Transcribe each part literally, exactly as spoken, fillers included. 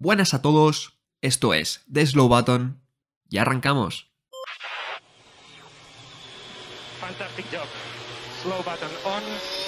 Buenas a todos, esto es The Slow Button y arrancamos. Fantastic job. Slow button on.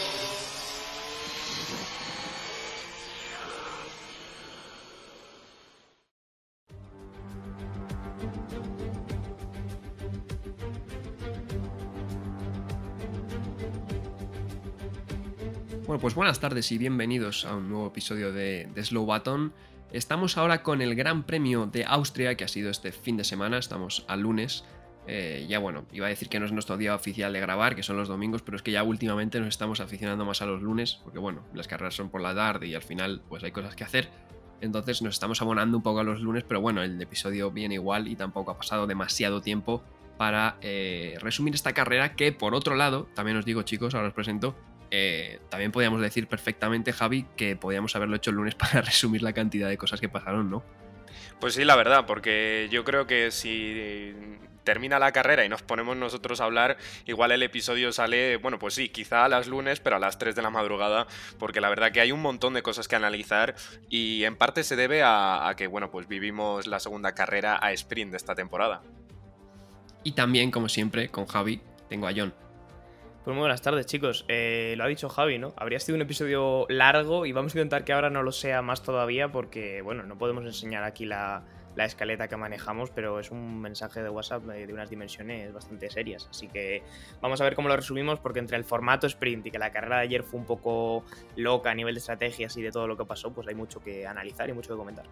Bueno, pues buenas tardes y bienvenidos a un nuevo episodio de The Slow Button. Estamos ahora con el Gran Premio de Austria, que ha sido este fin de semana, estamos al lunes. Eh, ya bueno, iba a decir que no es nuestro día oficial de grabar, que son los domingos, pero es que ya últimamente nos estamos aficionando más a los lunes, porque bueno, las carreras son por la tarde y al final pues hay cosas que hacer. Entonces nos estamos abonando un poco a los lunes, pero bueno, el episodio viene igual y tampoco ha pasado demasiado tiempo para eh, resumir esta carrera que, por otro lado, también os digo, chicos, ahora os presento, eh, también podríamos decir perfectamente, Javi, que podíamos haberlo hecho el lunes para resumir la cantidad de cosas que pasaron, ¿no? Pues sí, la verdad, porque yo creo que si termina la carrera y nos ponemos nosotros a hablar, igual el episodio sale, bueno, pues sí, quizá a las lunes, pero a las tres de la madrugada, porque la verdad que hay un montón de cosas que analizar y en parte se debe a, a que, bueno, pues vivimos la segunda carrera a sprint de esta temporada. Y también, como siempre, con Javi, tengo a John. Pues muy buenas tardes, chicos. Eh, lo ha dicho Javi, ¿no? Habría sido un episodio largo y vamos a intentar que ahora no lo sea más todavía porque, bueno, no podemos enseñar aquí la, la escaleta que manejamos, pero es un mensaje de WhatsApp de, de unas dimensiones bastante serias. Así que vamos a ver cómo lo resumimos, porque entre el formato sprint y que la carrera de ayer fue un poco loca a nivel de estrategias y de todo lo que pasó, pues hay mucho que analizar y mucho que comentar.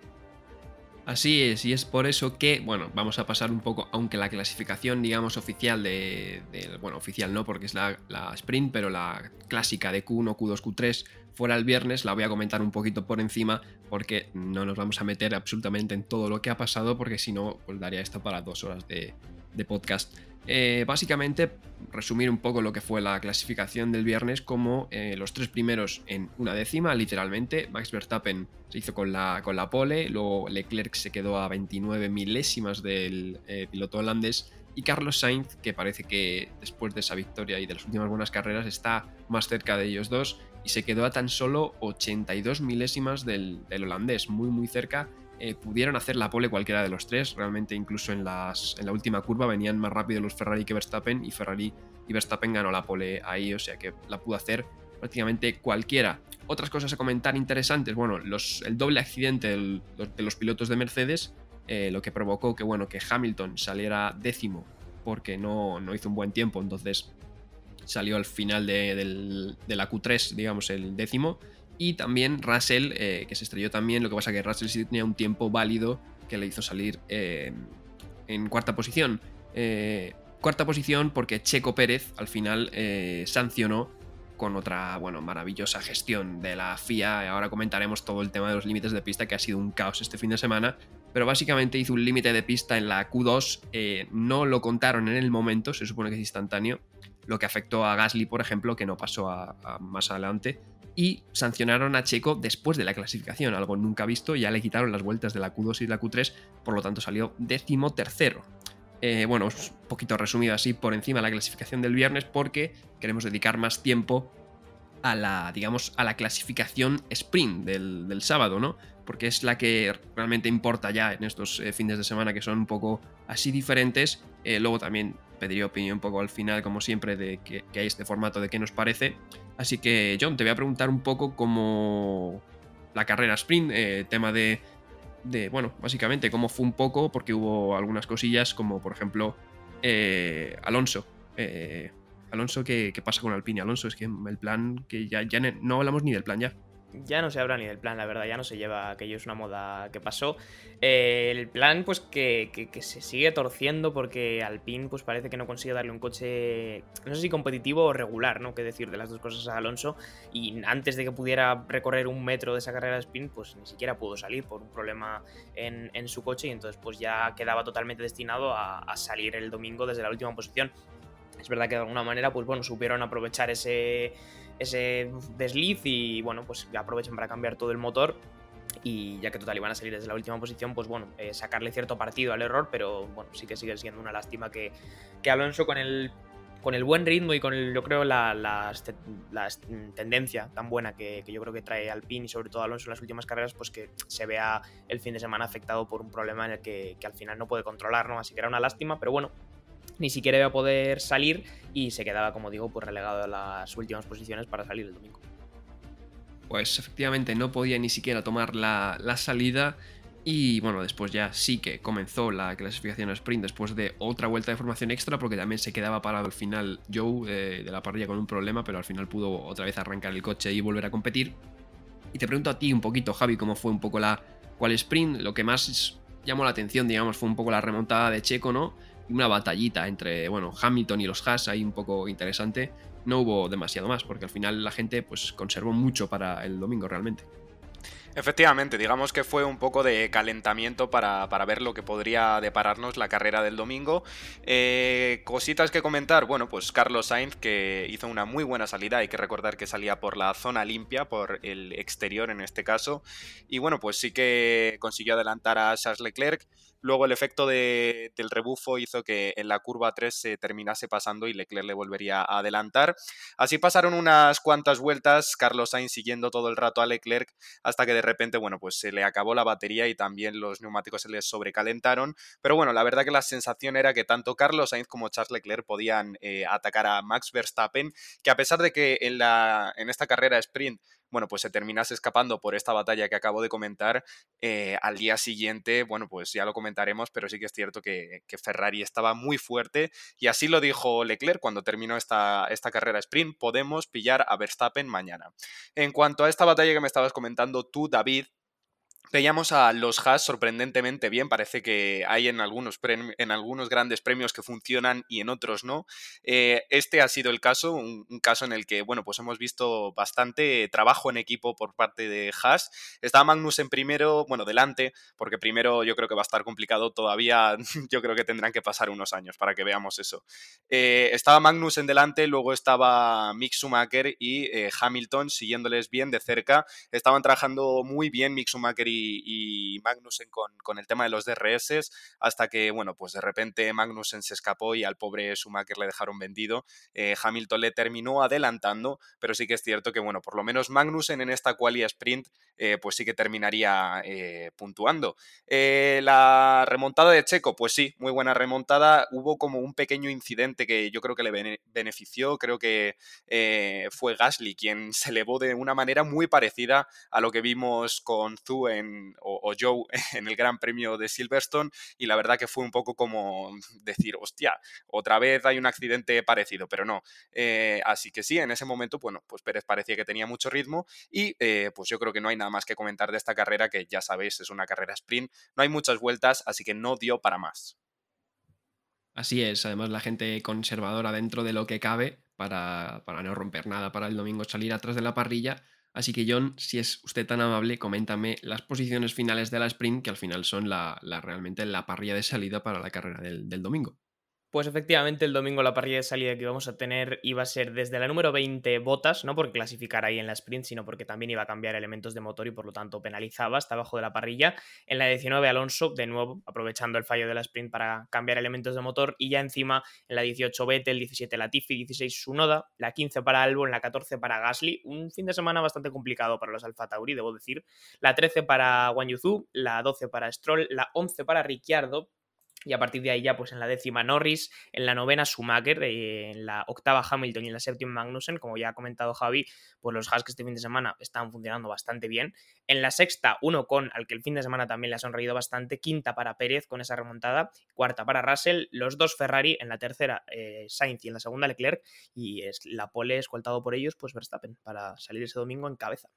Así es, y es por eso que, bueno, vamos a pasar un poco, aunque la clasificación, digamos, oficial de, de bueno, oficial no, porque es la, la sprint, pero la clásica de Q uno, Q dos, Q tres fuera el viernes, la voy a comentar un poquito por encima, porque no nos vamos a meter absolutamente en todo lo que ha pasado, porque si no, pues daría esto para dos horas de, de podcast. Eh, básicamente, resumir un poco lo que fue la clasificación del viernes, como eh, los tres primeros en una décima, literalmente. Max Verstappen se hizo con la, con la pole, luego Leclerc se quedó a veintinueve milésimas del eh, piloto holandés, y Carlos Sainz, que parece que después de esa victoria y de las últimas buenas carreras está más cerca de ellos dos, y se quedó a tan solo ochenta y dos milésimas del, del holandés, muy muy cerca. Eh, pudieron hacer la pole cualquiera de los tres, realmente incluso en, las, en la última curva venían más rápido los Ferrari que Verstappen, y Ferrari y Verstappen ganó la pole ahí, o sea que la pudo hacer prácticamente cualquiera. Otras cosas a comentar interesantes, bueno, los, el doble accidente del, de los pilotos de Mercedes, eh, lo que provocó que, bueno, que Hamilton saliera décimo porque no, no hizo un buen tiempo, entonces salió al final de, del, de la Q tres, digamos, el décimo. Y también Russell, eh, que se estrelló también, lo que pasa que Russell sí tenía un tiempo válido que le hizo salir eh, en cuarta posición. Eh, cuarta posición porque Checo Pérez al final eh, sancionó con otra, bueno, maravillosa gestión de la F I A. Ahora comentaremos todo el tema de los límites de pista, que ha sido un caos este fin de semana, pero básicamente hizo un límite de pista en la Q dos, eh, no lo contaron en el momento, se supone que es instantáneo, lo que afectó a Gasly, por ejemplo, que no pasó a, a más adelante. Y sancionaron a Checo después de la clasificación, algo nunca visto. Ya le quitaron las vueltas de la Q dos y la Q tres, por lo tanto salió décimo tercero. Eh, bueno, un poquito resumido así por encima la clasificación del viernes, porque queremos dedicar más tiempo a la, digamos, a la clasificación sprint del, del sábado, ¿no? Porque es la que realmente importa ya en estos eh, fines de semana, que son un poco así diferentes. Eh, luego también pediría opinión un poco al final, como siempre, de que, que hay este formato, de qué nos parece. Así que, John, te voy a preguntar un poco cómo la carrera sprint, eh, tema de, de, bueno, básicamente cómo fue un poco, porque hubo algunas cosillas, como por ejemplo eh, Alonso. Eh, Alonso, ¿qué, ¿qué pasa con Alpine? Alonso, es que el plan, que ya, ya no hablamos ni del plan ya. Ya no se habla ni del plan, la verdad, ya no se lleva, aquello es una moda que pasó. Eh, el plan, pues que, que, que se sigue torciendo porque Alpine pues parece que no consigue darle un coche, no sé si competitivo o regular, ¿no? Qué decir de las dos cosas a Alonso. Y antes de que pudiera recorrer un metro de esa carrera de sprint, pues ni siquiera pudo salir por un problema en, en su coche, y entonces pues ya quedaba totalmente destinado a, a salir el domingo desde la última posición. Es verdad que de alguna manera, pues bueno, supieron aprovechar ese, ese desliz y bueno, pues aprovechan para cambiar todo el motor, y ya que total iban a salir desde la última posición, pues bueno, eh, sacarle cierto partido al error, pero bueno, sí que sigue siendo una lástima que, que Alonso con el con el buen ritmo y con, el, yo creo, la, la, la tendencia tan buena que, que yo creo que trae Alpine y sobre todo Alonso en las últimas carreras, pues que se vea el fin de semana afectado por un problema en el que, que al final no puede controlar, ¿no? Así que era una lástima, pero bueno, ni siquiera iba a poder salir y se quedaba, como digo, pues relegado a las últimas posiciones para salir el domingo. Pues efectivamente no podía ni siquiera tomar la, la salida. Y bueno, después ya sí que comenzó la clasificación sprint después de otra vuelta de formación extra, porque también se quedaba parado al final Joe eh, de la parrilla con un problema, pero al final pudo otra vez arrancar el coche y volver a competir. Y te pregunto a ti un poquito, Javi, cómo fue un poco la cual sprint. Lo que más llamó la atención, digamos, fue un poco la remontada de Checo, ¿no? Y una batallita entre, bueno, Hamilton y los Haas ahí un poco interesante. No hubo demasiado más, porque al final la gente pues conservó mucho para el domingo realmente. Efectivamente, digamos que fue un poco de calentamiento para, para ver lo que podría depararnos la carrera del domingo. Eh, cositas que comentar, bueno, pues Carlos Sainz, que hizo una muy buena salida, hay que recordar que salía por la zona limpia, por el exterior en este caso, y bueno, pues sí que consiguió adelantar a Charles Leclerc. Luego el efecto de, del rebufo hizo que en la curva tres se terminase pasando y Leclerc le volvería a adelantar. Así pasaron unas cuantas vueltas, Carlos Sainz siguiendo todo el rato a Leclerc, hasta que de repente, bueno, pues se le acabó la batería y también los neumáticos se les sobrecalentaron. Pero bueno, la verdad que la sensación era que tanto Carlos Sainz como Charles Leclerc podían eh, atacar a Max Verstappen, que a pesar de que en, la, en esta carrera sprint bueno, pues se terminase escapando por esta batalla que acabo de comentar, eh, al día siguiente, bueno, pues ya lo comentaremos, pero sí que es cierto que, que Ferrari estaba muy fuerte y así lo dijo Leclerc cuando terminó esta, esta carrera sprint: podemos pillar a Verstappen mañana. En cuanto a esta batalla que me estabas comentando tú, David, veíamos a los Haas sorprendentemente bien. Parece que hay en algunos, premi- en algunos grandes premios que funcionan y en otros no. Eh, este ha sido el caso, un, un caso en el que, bueno, pues hemos visto bastante trabajo en equipo por parte de Haas. Estaba Magnussen primero, bueno, delante, porque primero yo creo que va a estar complicado todavía. Yo creo que tendrán que pasar unos años para que veamos eso. Eh, estaba Magnussen delante, luego estaba Mick Schumacher y eh, Hamilton siguiéndoles bien de cerca. Estaban trabajando muy bien Mick Schumacher y y Magnussen con, con el tema de los D R S, hasta que, bueno, pues de repente Magnussen se escapó y al pobre Schumacher le dejaron vendido. Eh, Hamilton le terminó adelantando, pero sí que es cierto que, bueno, por lo menos Magnussen en esta quali sprint, eh, pues sí que terminaría eh, puntuando. Eh, la remontada de Checo, pues sí, muy buena remontada. Hubo como un pequeño incidente que yo creo que le bene- benefició, creo que eh, fue Gasly quien se elevó de una manera muy parecida a lo que vimos con Zhou en O, o Joe en el Gran Premio de Silverstone, y la verdad que fue un poco como decir, hostia, otra vez hay un accidente parecido, pero no. Eh, así que sí, en ese momento, bueno, pues Pérez parecía que tenía mucho ritmo y eh, pues yo creo que no hay nada más que comentar de esta carrera, que ya sabéis, es una carrera sprint, no hay muchas vueltas, así que no dio para más. Así es, además la gente conservadora dentro de lo que cabe para, para no romper nada para el domingo salir atrás de la parrilla. Así que John, si es usted tan amable, coméntame las posiciones finales de la sprint, que al final son la, la realmente la parrilla de salida para la carrera del, del domingo. Pues efectivamente el domingo la parrilla de salida que íbamos a tener iba a ser desde la número veinte Bottas, no porque clasificara ahí en la sprint, sino porque también iba a cambiar elementos de motor y por lo tanto penalizaba, está abajo de la parrilla. En la diecinueve Alonso, de nuevo aprovechando el fallo de la sprint para cambiar elementos de motor, y ya encima en la dieciocho Vettel, diecisiete Latifi, dieciséis Tsunoda, la quince para Albon, la catorce para Gasly, un fin de semana bastante complicado para los Alfa Tauri, debo decir, la trece para Guan Yu Zhou, la doce para Stroll, la once para Ricciardo. Y a partir de ahí ya pues en la décima Norris, en la novena Schumacher, eh, en la octava Hamilton y en la séptima Magnussen. Como ya ha comentado Javi, pues los Haas que este fin de semana están funcionando bastante bien. En la sexta, un Ocon, al que el fin de semana también le ha sonreído bastante. Quinta para Pérez con esa remontada. Cuarta para Russell. Los dos Ferrari. En la tercera eh, Sainz y en la segunda Leclerc. Y es la pole escoltado por ellos, pues Verstappen, para salir ese domingo en cabeza.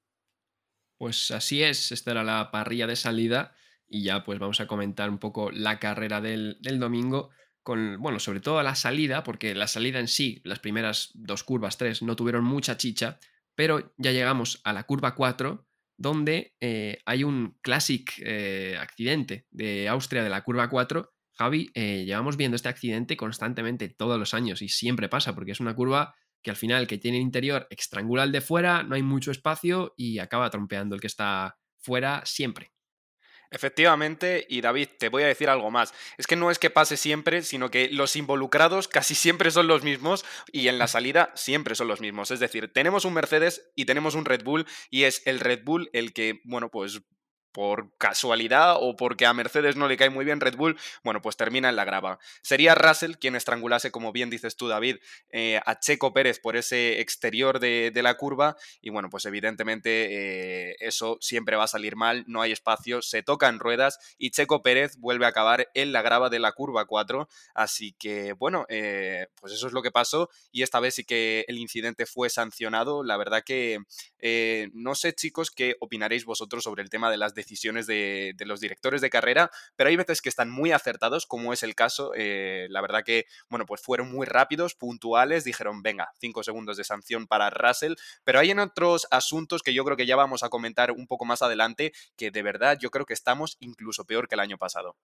Pues así es, esta era la parrilla de salida y ya pues vamos a comentar un poco la carrera del, del domingo con, bueno, sobre todo la salida, porque la salida en sí, las primeras dos curvas, tres, no tuvieron mucha chicha, pero ya llegamos a la curva cuatro, donde eh, hay un classic eh, accidente de Austria de la curva cuatro. Javi, eh, llevamos viendo este accidente constantemente todos los años y siempre pasa, porque es una curva que al final, que tiene el interior, estrangula el de fuera, no hay mucho espacio y acaba trompeando el que está fuera siempre. Efectivamente, y David, te voy a decir algo más. Es que no es que pase siempre, sino que los involucrados casi siempre son los mismos y en la salida siempre son los mismos. Es decir, tenemos un Mercedes y tenemos un Red Bull y es el Red Bull el que, bueno, pues por casualidad o porque a Mercedes no le cae muy bien Red Bull, bueno, pues termina en la grava. Sería Russell quien estrangulase, como bien dices tú, David, eh, a Checo Pérez por ese exterior de, de la curva y bueno, pues evidentemente eh, eso siempre va a salir mal, no hay espacio, se tocan ruedas y Checo Pérez vuelve a acabar en la grava de la curva cuatro, así que bueno, eh, pues eso es lo que pasó y esta vez sí que el incidente fue sancionado. La verdad que eh, no sé, chicos, qué opinaréis vosotros sobre el tema de las decisiones decisiones de, de los directores de carrera, pero hay veces que están muy acertados, como es el caso. Eh, la verdad que, bueno, pues fueron muy rápidos, puntuales, dijeron, venga, cinco segundos de sanción para Russell, pero hay en otros asuntos que yo creo que ya vamos a comentar un poco más adelante, que de verdad yo creo que estamos incluso peor que el año pasado.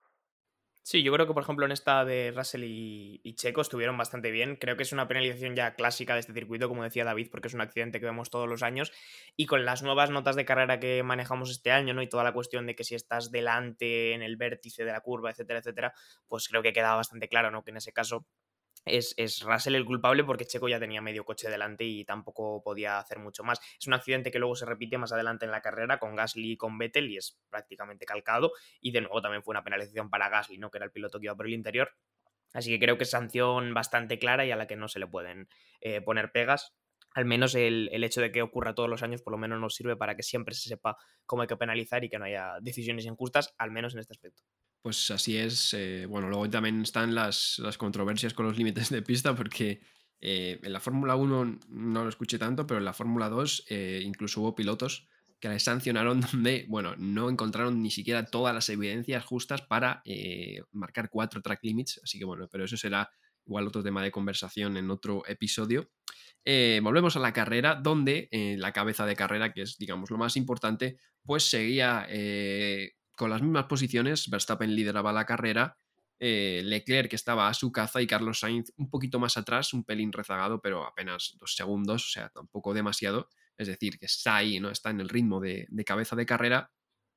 Sí, yo creo que por ejemplo en esta de Russell y, y Checo estuvieron bastante bien. Creo que es una penalización ya clásica de este circuito, como decía David, porque es un accidente que vemos todos los años. Y con las nuevas notas de carrera que manejamos este año, ¿no? Y toda la cuestión de que si estás delante en el vértice de la curva, etcétera, etcétera, pues creo que queda bastante claro, ¿no? Que en ese caso Es, es Russell el culpable porque Checo ya tenía medio coche delante y tampoco podía hacer mucho más. Es un accidente que luego se repite más adelante en la carrera con Gasly y con Vettel y es prácticamente calcado. Y de nuevo también fue una penalización para Gasly, ¿no? Que era el piloto que iba por el interior. Así que creo que es sanción bastante clara y a la que no se le pueden eh, poner pegas. Al menos el, el hecho de que ocurra todos los años por lo menos nos sirve para que siempre se sepa cómo hay que penalizar y que no haya decisiones injustas, al menos en este aspecto. Pues así es. Eh, bueno, luego también están las, las controversias con los límites de pista, porque eh, en la Fórmula uno no lo escuché tanto, pero en la Fórmula dos eh, incluso hubo pilotos que les sancionaron donde, bueno, no encontraron ni siquiera todas las evidencias justas para eh, marcar cuatro track limits. Así que bueno, pero eso será igual otro tema de conversación en otro episodio. Eh, volvemos a la carrera, donde eh, la cabeza de carrera, que es, digamos, lo más importante, pues seguía eh, con las mismas posiciones. Verstappen lideraba la carrera, eh, Leclerc que estaba a su caza y Carlos Sainz un poquito más atrás, un pelín rezagado, pero apenas dos segundos, o sea, tampoco demasiado. Es decir, que está ahí, ¿no? Está en el ritmo de, de cabeza de carrera.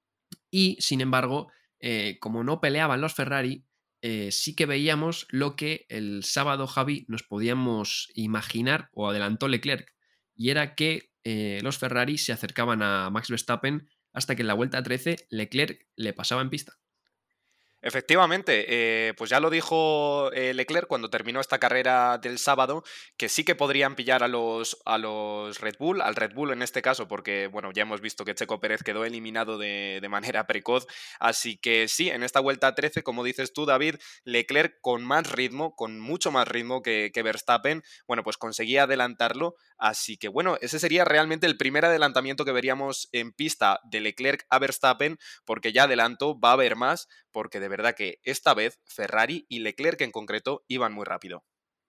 Y, sin embargo, eh, como no peleaban los Ferrari, eh, sí que veíamos lo que el sábado, Javi, nos podíamos imaginar, o adelantó Leclerc, y era que eh, los Ferrari se acercaban a Max Verstappen hasta que en la vuelta trece Leclerc le pasaba en pista. Efectivamente, eh, pues ya lo dijo eh, Leclerc cuando terminó esta carrera del sábado, que sí que podrían pillar a los, a los Red Bull, al Red Bull en este caso, porque bueno, ya hemos visto que Checo Pérez quedó eliminado de, de manera precoz, así que sí, en esta vuelta trece, como dices tú, David, Leclerc con más ritmo, con mucho más ritmo que, que Verstappen, bueno, pues conseguía adelantarlo, así que bueno, ese sería realmente el primer adelantamiento que veríamos en pista de Leclerc a Verstappen, porque ya adelanto, va a haber más, porque de verdad que esta vez Ferrari y Leclerc en concreto iban muy rápido.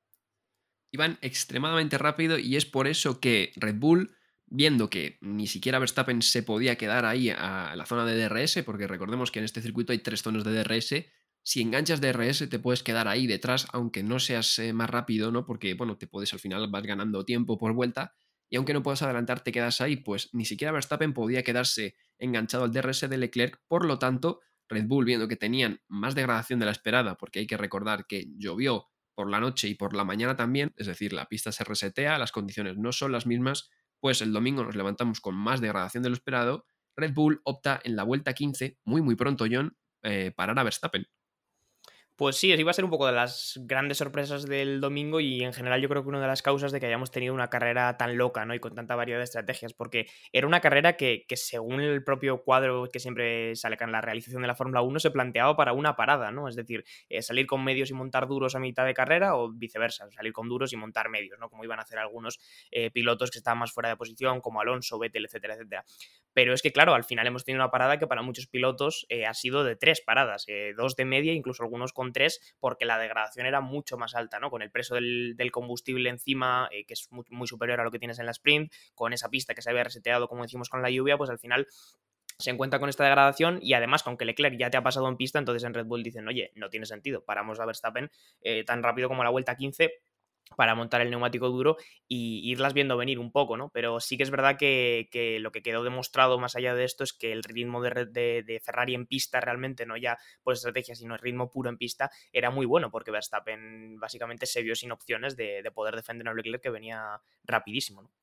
Iban extremadamente rápido y es por eso que Red Bull, viendo que ni siquiera Verstappen se podía quedar ahí a la zona de D R S, porque recordemos que en este circuito hay tres zonas de D R S, si enganchas D R S te puedes quedar ahí detrás, aunque no seas eh, más rápido, ¿no? Porque, bueno, te puedes al final, vas ganando tiempo por vuelta, y aunque no puedas adelantar, te quedas ahí, pues ni siquiera Verstappen podía quedarse enganchado al D R S de Leclerc, por lo tanto, Red Bull, viendo que tenían más degradación de la esperada, porque hay que recordar que llovió por la noche y por la mañana también, es decir, la pista se resetea, las condiciones no son las mismas, pues el domingo nos levantamos con más degradación de lo esperado. Red Bull opta en la vuelta quince, muy muy pronto, John, eh, parar a Verstappen. Pues sí, iba a ser un poco de las grandes sorpresas del domingo y en general yo creo que una de las causas de que hayamos tenido una carrera tan loca, ¿no? Y con tanta variedad de estrategias, porque era una carrera que, que según el propio cuadro que siempre sale en la realización de la Fórmula uno se planteaba para una parada, ¿no? Es decir, eh, salir con medios y montar duros a mitad de carrera o viceversa, salir con duros y montar medios, ¿no? Como iban a hacer algunos eh, pilotos que estaban más fuera de posición, como Alonso, Vettel, etcétera, etcétera. Pero es que, claro, al final hemos tenido una parada que para muchos pilotos eh, ha sido de tres paradas, eh, dos de media, incluso algunos con tres, porque la degradación era mucho más alta, ¿no? Con el peso del, del combustible encima, eh, que es muy, muy superior a lo que tienes en la sprint, con esa pista que se había reseteado, como decimos, con la lluvia, pues al final se encuentra con esta degradación y además con que Leclerc ya te ha pasado en pista, entonces en Red Bull dicen, oye, no tiene sentido, paramos a Verstappen eh, tan rápido como a la vuelta quince, para montar el neumático duro y irlas viendo venir un poco, ¿no? Pero sí que es verdad que, que lo que quedó demostrado más allá de esto es que el ritmo de, de, de Ferrari en pista realmente, no ya por estrategia, sino el ritmo puro en pista, era muy bueno, porque Verstappen básicamente se vio sin opciones de, de poder defender a Leclerc, que venía rapidísimo, ¿no?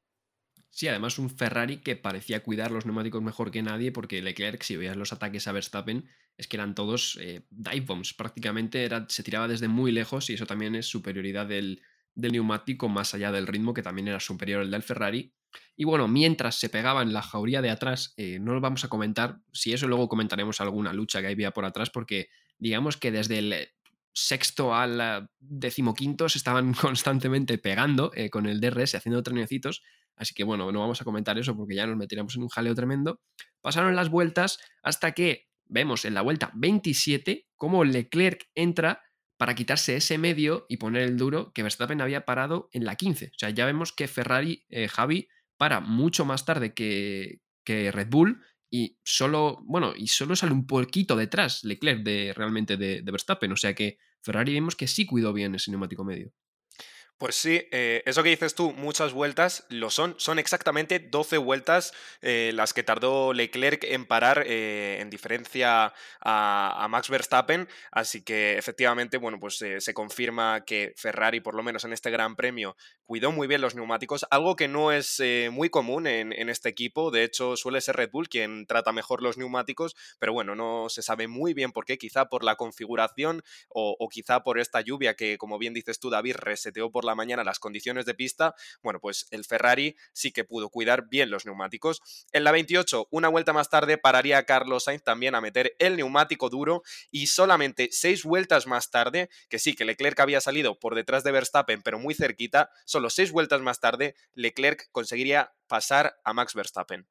Sí, además un Ferrari que parecía cuidar los neumáticos mejor que nadie, porque Leclerc, si veías los ataques a Verstappen, es que eran todos eh, dive bombs, prácticamente era, se tiraba desde muy lejos y eso también es superioridad del, del neumático más allá del ritmo, que también era superior al del Ferrari. Y bueno, mientras se pegaba en la jauría de atrás, eh, no lo vamos a comentar, si eso luego comentaremos alguna lucha que había por atrás, porque digamos que desde el sexto al eh, decimoquinto se estaban constantemente pegando eh, con el D R S, haciendo trenecitos. Así que bueno, no vamos a comentar eso porque ya nos metiremos en un jaleo tremendo. Pasaron las vueltas hasta que vemos en la vuelta veintisiete cómo Leclerc entra para quitarse ese medio y poner el duro que Verstappen había parado en la quince. O sea, ya vemos que Ferrari, eh, Javi, para mucho más tarde que, que Red Bull y solo, bueno, y solo sale un poquito detrás Leclerc de, realmente de, de Verstappen. O sea que Ferrari vemos que sí cuidó bien ese neumático medio. Pues sí, eh, eso que dices tú, muchas vueltas, lo son. Son exactamente doce vueltas eh, las que tardó Leclerc en parar eh, en diferencia a, a Max Verstappen. Así que efectivamente, bueno, pues eh, se confirma que Ferrari, por lo menos en este Gran Premio, cuidó muy bien los neumáticos, algo que no es eh, muy común en, en este equipo. De hecho, suele ser Red Bull quien trata mejor los neumáticos, pero bueno, no se sabe muy bien por qué, quizá por la configuración o, o quizá por esta lluvia que, como bien dices tú, David, reseteó por la mañana las condiciones de pista. Bueno, pues el Ferrari sí que pudo cuidar bien los neumáticos. En la veintiocho, una vuelta más tarde, pararía Carlos Sainz también a meter el neumático duro y solamente seis vueltas más tarde, que sí, que Leclerc había salido por detrás de Verstappen, pero muy cerquita, solo seis vueltas más tarde, Leclerc conseguiría pasar a Max Verstappen.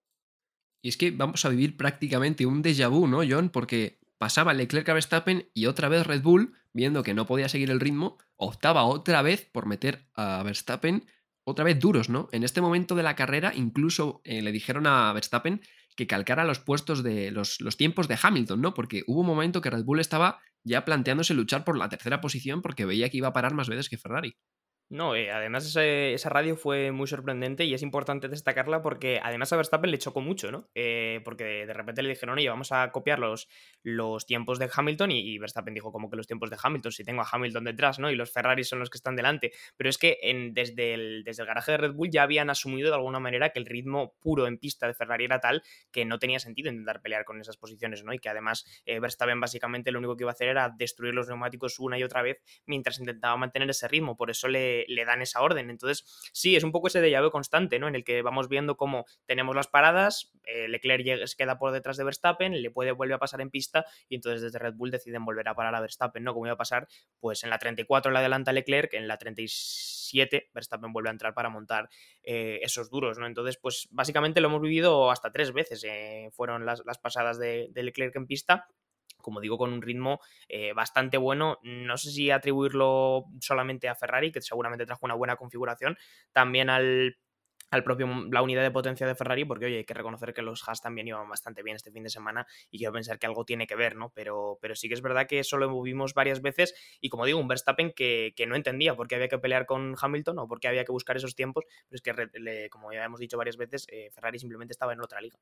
Y es que vamos a vivir prácticamente un déjà vu, ¿no, John? Porque pasaba Leclerc a Verstappen y otra vez Red Bull, viendo que no podía seguir el ritmo, optaba otra vez por meter a Verstappen otra vez duros, ¿no? En este momento de la carrera incluso eh, le dijeron a Verstappen que calcara los puestos de los, los tiempos de Hamilton, ¿no? Porque hubo un momento que Red Bull estaba ya planteándose luchar por la tercera posición porque veía que iba a parar más veces que Ferrari. No, eh, además ese- esa radio fue muy sorprendente y es importante destacarla porque además a Verstappen le chocó mucho, ¿no? Eh, porque de, de repente le dijeron, oye, vamos a copiar los, los tiempos de Hamilton y, y Verstappen dijo, como que los tiempos de Hamilton, si tengo a Hamilton detrás, ¿no? Y los Ferraris son los que están delante. Pero es que en- desde, el, desde el garaje de Red Bull ya habían asumido de alguna manera que el ritmo puro en pista de Ferrari era tal que no tenía sentido intentar pelear con esas posiciones, ¿no? Y que además eh, Verstappen básicamente lo único que iba a hacer era destruir los neumáticos una y otra vez mientras intentaba mantener ese ritmo. Por eso le, le dan esa orden. Entonces, sí, es un poco ese déjà vu constante, ¿no? En el que vamos viendo cómo tenemos las paradas, eh, Leclerc llega, se queda por detrás de Verstappen, le puede volver a pasar en pista y entonces desde Red Bull deciden volver a parar a Verstappen, ¿no? Como iba a pasar, pues en la treinta y cuatro le adelanta Leclerc, en la treinta y siete Verstappen vuelve a entrar para montar eh, esos duros, ¿no? Entonces, pues básicamente lo hemos vivido hasta tres veces, eh, fueron las, las pasadas de, de Leclerc en pista, como digo, con un ritmo eh, bastante bueno. No sé si atribuirlo solamente a Ferrari, que seguramente trajo una buena configuración, también al, al propio la unidad de potencia de Ferrari, porque oye, hay que reconocer que los Haas también iban bastante bien este fin de semana y quiero pensar que algo tiene que ver, ¿no? Pero, pero sí que es verdad que eso lo vimos varias veces y como digo, un Verstappen que, que no entendía por qué había que pelear con Hamilton o por qué había que buscar esos tiempos, pero es que, le, como ya hemos dicho varias veces, eh, Ferrari simplemente estaba en otra liga.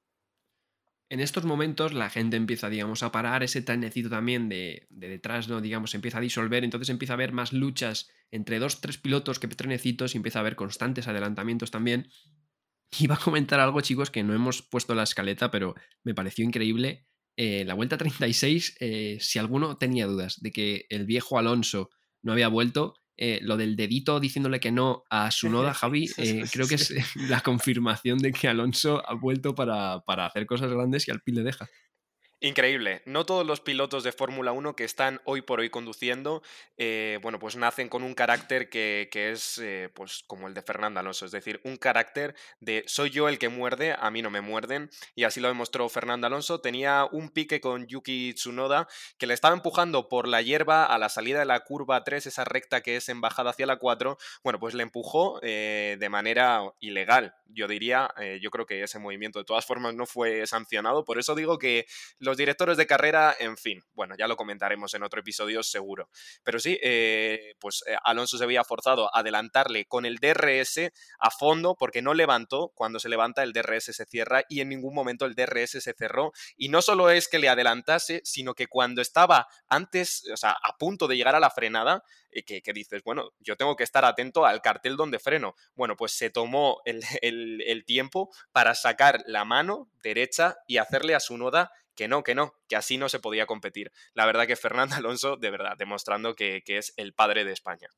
En estos momentos la gente empieza, digamos, a parar, ese trenecito también de, de detrás, ¿no? Digamos, se empieza a disolver, entonces empieza a haber más luchas entre dos, tres pilotos que trenecitos y empieza a haber constantes adelantamientos también. Iba a comentar algo, chicos, que no hemos puesto en la escaleta, pero me pareció increíble. Eh, la vuelta treinta y seis, eh, si alguno tenía dudas de que el viejo Alonso no había vuelto, eh, lo del dedito diciéndole que no a Tsunoda, Javi, eh, creo que es la confirmación de que Alonso ha vuelto para, para hacer cosas grandes y Alpine le deja. Increíble. No todos los pilotos de Fórmula uno que están hoy por hoy conduciendo, eh, bueno, pues nacen con un carácter que, que es eh, pues como el de Fernando Alonso, es decir, un carácter de soy yo el que muerde, a mí no me muerden, y así lo demostró Fernando Alonso. Tenía un pique con Yuki Tsunoda que le estaba empujando por la hierba a la salida de la curva tres, esa recta que es en bajada hacia la cuatro, bueno, pues le empujó eh, de manera ilegal, yo diría. Eh, yo creo que ese movimiento de todas formas no fue sancionado, por eso digo que los directores de carrera, en fin, bueno, ya lo comentaremos en otro episodio seguro. Pero sí, eh, pues eh, Alonso se veía forzado a adelantarle con el D R S a fondo porque no levantó, cuando se levanta el D R S se cierra y en ningún momento el D R S se cerró. Y no solo es que le adelantase, sino que cuando estaba antes, o sea, a punto de llegar a la frenada, eh, que, que dices, bueno, yo tengo que estar atento al cartel donde freno. Bueno, pues se tomó el, el, el tiempo para sacar la mano derecha y hacerle a su Noda que no, que no, que así no se podía competir. La verdad que Fernando Alonso, de verdad, demostrando que, que es el padre de España.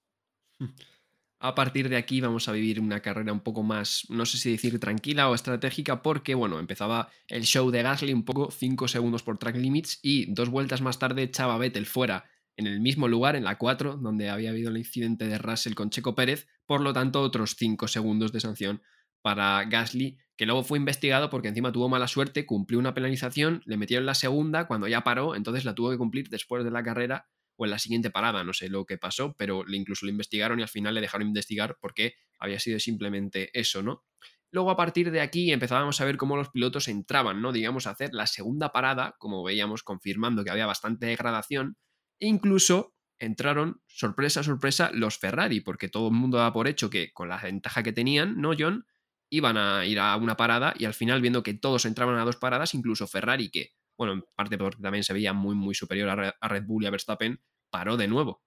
A partir de aquí vamos a vivir una carrera un poco más, no sé si decir tranquila o estratégica, porque, bueno, empezaba el show de Gasly un poco, cinco segundos por track limits, y dos vueltas más tarde echaba Vettel fuera en el mismo lugar, en la cuatro, donde había habido el incidente de Russell con Checo Pérez, por lo tanto otros cinco segundos de sanción para Gasly, que luego fue investigado porque encima tuvo mala suerte, cumplió una penalización, le metieron la segunda cuando ya paró, entonces la tuvo que cumplir después de la carrera o en la siguiente parada, no sé lo que pasó, pero incluso lo investigaron y al final le dejaron investigar porque había sido simplemente eso, ¿no? Luego a partir de aquí empezábamos a ver cómo los pilotos entraban, ¿no? Digamos, a hacer la segunda parada, como veíamos, confirmando que había bastante degradación, e incluso entraron, sorpresa, sorpresa, los Ferrari, porque todo el mundo daba por hecho que con la ventaja que tenían, ¿no, John? Iban a ir a una parada y al final, viendo que todos entraban a dos paradas, incluso Ferrari, que, bueno, en parte porque también se veía muy, muy superior a Red Bull y a Verstappen, paró de nuevo.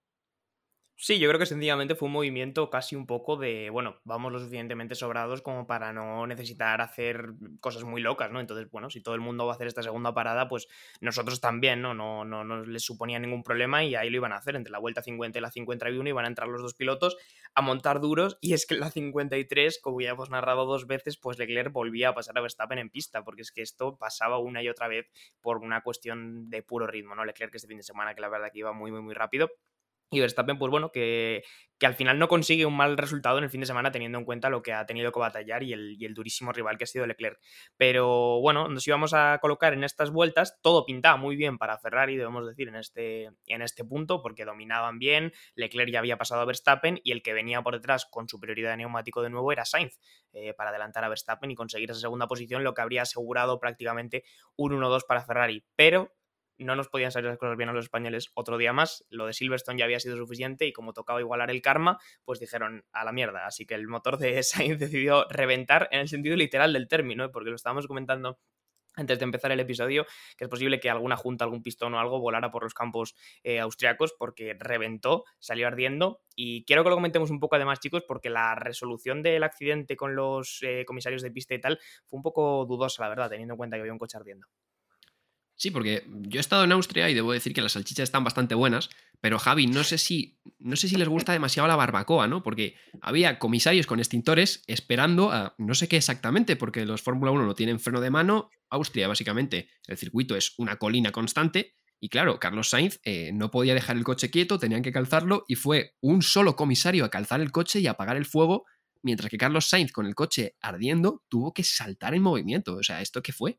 Sí, yo creo que sencillamente fue un movimiento casi un poco de, bueno, vamos lo suficientemente sobrados como para no necesitar hacer cosas muy locas, ¿no? Entonces, bueno, si todo el mundo va a hacer esta segunda parada, pues nosotros también, ¿no? No, no, no les suponía ningún problema y ahí lo iban a hacer. Entre la vuelta cincuenta y la cincuenta y uno iban a entrar los dos pilotos a montar duros y es que en la cincuenta y tres, como ya hemos narrado dos veces, pues Leclerc volvía a pasar a Verstappen en pista, porque es que esto pasaba una y otra vez por una cuestión de puro ritmo, ¿no? Leclerc este fin de semana, que la verdad que iba muy, muy, muy rápido. Y Verstappen, pues bueno, que, que al final no consigue un mal resultado en el fin de semana teniendo en cuenta lo que ha tenido que batallar y el, y el durísimo rival que ha sido Leclerc. Pero bueno, nos íbamos a colocar en estas vueltas, todo pintaba muy bien para Ferrari, debemos decir, en este, en este punto, porque dominaban bien, Leclerc ya había pasado a Verstappen y el que venía por detrás con superioridad de neumático de nuevo era Sainz, eh, para adelantar a Verstappen y conseguir esa segunda posición, lo que habría asegurado prácticamente un uno dos para Ferrari. Pero no nos podían salir las cosas bien a los españoles otro día más. Lo de Silverstone ya había sido suficiente y como tocaba igualar el karma, pues dijeron a la mierda. Así que el motor de Sainz decidió reventar en el sentido literal del término, ¿eh? Porque lo estábamos comentando antes de empezar el episodio, que es posible que alguna junta, algún pistón o algo volara por los campos eh, austriacos porque reventó, salió ardiendo. Y quiero que lo comentemos un poco además, chicos, porque la resolución del accidente con los eh, comisarios de pista y tal fue un poco dudosa, la verdad, teniendo en cuenta que había un coche ardiendo. Sí, porque yo he estado en Austria y debo decir que las salchichas están bastante buenas, pero Javi, no sé si, no sé si les gusta demasiado la barbacoa, ¿no? Porque había comisarios con extintores esperando a no sé qué exactamente, porque los Fórmula uno no tienen freno de mano. Austria, básicamente, el circuito es una colina constante. Y claro, Carlos Sainz eh, no podía dejar el coche quieto, tenían que calzarlo y fue un solo comisario a calzar el coche y apagar el fuego, mientras que Carlos Sainz, con el coche ardiendo, tuvo que saltar en movimiento. O sea, ¿esto qué fue?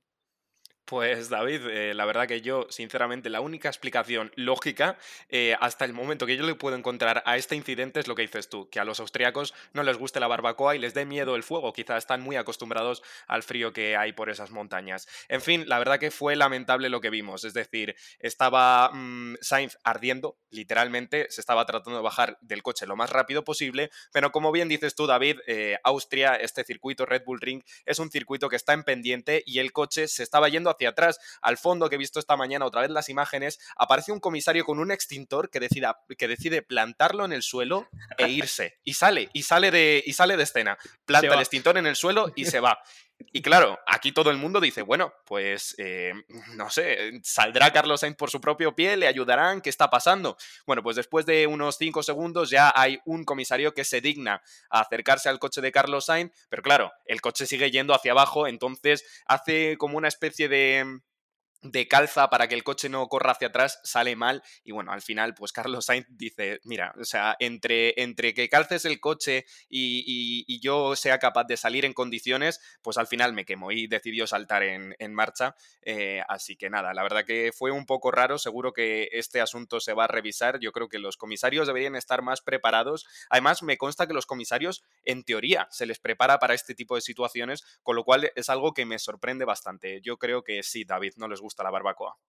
Pues David, eh, la verdad que yo, sinceramente, la única explicación lógica eh, hasta el momento que yo le puedo encontrar a este incidente es lo que dices tú, que a los austriacos no les guste la barbacoa y les dé miedo el fuego, quizás están muy acostumbrados al frío que hay por esas montañas. En fin, la verdad que fue lamentable lo que vimos, es decir, estaba mmm, Sainz ardiendo, literalmente, se estaba tratando de bajar del coche lo más rápido posible, pero como bien dices tú, David, eh, Austria, este circuito Red Bull Ring, es un circuito que está en pendiente y el coche se estaba yendo hacia atrás. Al fondo, que he visto esta mañana otra vez las imágenes, aparece un comisario con un extintor que, decida, que decide plantarlo en el suelo e irse. Y sale, y sale de, y sale de escena. Planta el extintor en el suelo y se va. Y claro, aquí todo el mundo dice, bueno, pues eh, no sé, ¿saldrá Carlos Sainz por su propio pie? ¿Le ayudarán? ¿Qué está pasando? Bueno, pues después de unos cinco segundos ya hay un comisario que se digna a acercarse al coche de Carlos Sainz, pero claro, el coche sigue yendo hacia abajo, entonces hace como una especie de... de calza para que el coche no corra hacia atrás, sale mal y bueno, al final pues Carlos Sainz dice, mira, o sea, entre, entre que calces el coche y, y, y yo sea capaz de salir en condiciones, pues al final me quemo y decidió saltar en, en marcha, eh, así que nada, la verdad que fue un poco raro, seguro que este asunto se va a revisar, yo creo que los comisarios deberían estar más preparados, además me consta que los comisarios en teoría se les prepara para este tipo de situaciones, con lo cual es algo que me sorprende bastante, yo creo que sí, David, no les gusta gusta la barbacoa.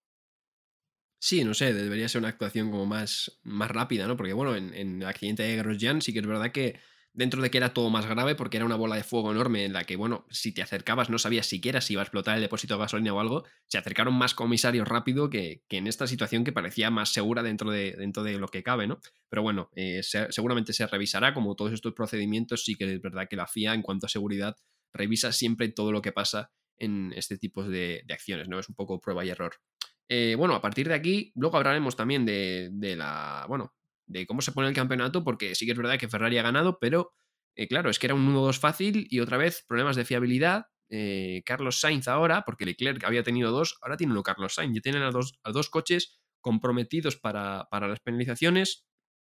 Sí, no sé, debería ser una actuación como más, más rápida, ¿no? Porque bueno, en, en el accidente de Grosjean sí que es verdad que dentro de que era todo más grave porque era una bola de fuego enorme en la que, bueno, si te acercabas no sabías siquiera si iba a explotar el depósito de gasolina o algo, se acercaron más comisarios rápido que, que en esta situación que parecía más segura dentro de, dentro de lo que cabe, ¿no? Pero bueno, eh, se, seguramente se revisará, como todos estos procedimientos, sí que es verdad que la F I A en cuanto a seguridad revisa siempre todo lo que pasa en este tipo de, de acciones, ¿no? Es un poco prueba y error. Eh, bueno, a partir de aquí, luego hablaremos también de, de la. Bueno, de cómo se pone el campeonato, porque sí que es verdad que Ferrari ha ganado, pero eh, claro, es que era un uno dos fácil y otra vez problemas de fiabilidad. Eh, Carlos Sainz ahora, porque Leclerc había tenido dos, ahora tiene uno Carlos Sainz. Ya tienen a dos, a dos coches comprometidos para, para las penalizaciones.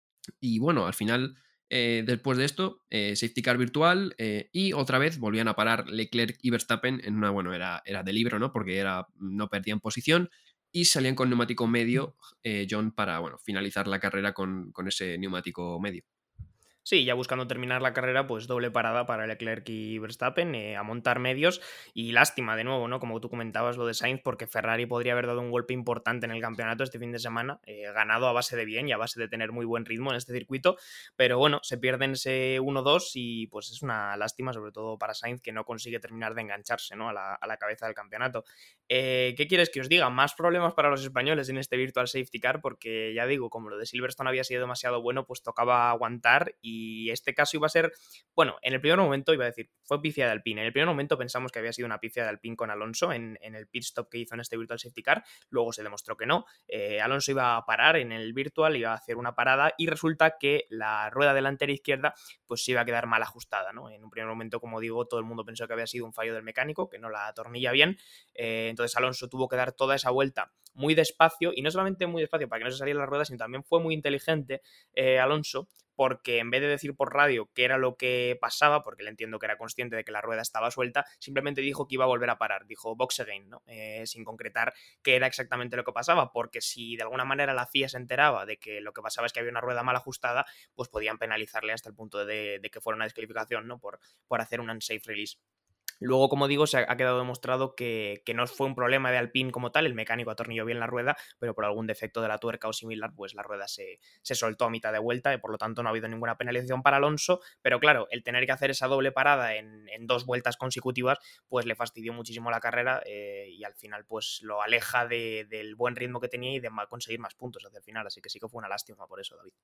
Y bueno, al final, eh, después de esto, eh, safety car virtual eh, y otra vez volvían a parar Leclerc y Verstappen en una, bueno, era, era de libro, ¿no? Porque era, no perdían posición y salían con neumático medio, eh, John, para, bueno, finalizar la carrera con, con ese neumático medio. Sí, ya buscando terminar la carrera, pues doble parada para Leclerc y Verstappen, eh, a montar medios. Y lástima, de nuevo, ¿no? Como tú comentabas lo de Sainz, porque Ferrari podría haber dado un golpe importante en el campeonato este fin de semana, eh, ganado a base de bien y a base de tener muy buen ritmo en este circuito. Pero bueno, se pierden ese uno dos y pues es una lástima, sobre todo para Sainz, que no consigue terminar de engancharse, ¿no? a, la, a la cabeza del campeonato. Eh, ¿Qué quieres que os diga? Más problemas para los españoles en este Virtual Safety Car, porque ya digo, como lo de Silverstone había sido demasiado bueno, pues tocaba aguantar. Y este caso iba a ser, bueno, en el primer momento iba a decir, fue pifia de Alpine. En el primer momento pensamos que había sido una pifia de Alpine con Alonso en, en el pit stop que hizo en este Virtual Safety Car, luego se demostró que no. Eh, Alonso iba a parar en el Virtual, iba a hacer una parada y resulta que la rueda delantera izquierda pues se iba a quedar mal ajustada, ¿no? En un primer momento, como digo, todo el mundo pensó que había sido un fallo del mecánico, que no la atornilla bien, eh, entonces Alonso tuvo que dar toda esa vuelta muy despacio, y no solamente muy despacio para que no se saliera la rueda, sino también fue muy inteligente eh, Alonso, porque en vez de decir por radio qué era lo que pasaba, porque le entiendo que era consciente de que la rueda estaba suelta, simplemente dijo que iba a volver a parar, dijo box again, ¿no? Eh, sin concretar qué era exactamente lo que pasaba, porque si de alguna manera la F I A se enteraba de que lo que pasaba es que había una rueda mal ajustada, pues podían penalizarle hasta el punto de, de que fuera una descalificación, ¿no? Por, por hacer un unsafe release. Luego, como digo, se ha quedado demostrado que, que no fue un problema de Alpine como tal, el mecánico atornilló bien la rueda, pero por algún defecto de la tuerca o similar, pues la rueda se, se soltó a mitad de vuelta y por lo tanto no ha habido ninguna penalización para Alonso, pero claro, el tener que hacer esa doble parada en, en dos vueltas consecutivas, pues le fastidió muchísimo la carrera eh, y al final pues lo aleja de, del buen ritmo que tenía y de conseguir más puntos hacia el final, así que sí que fue una lástima por eso, David.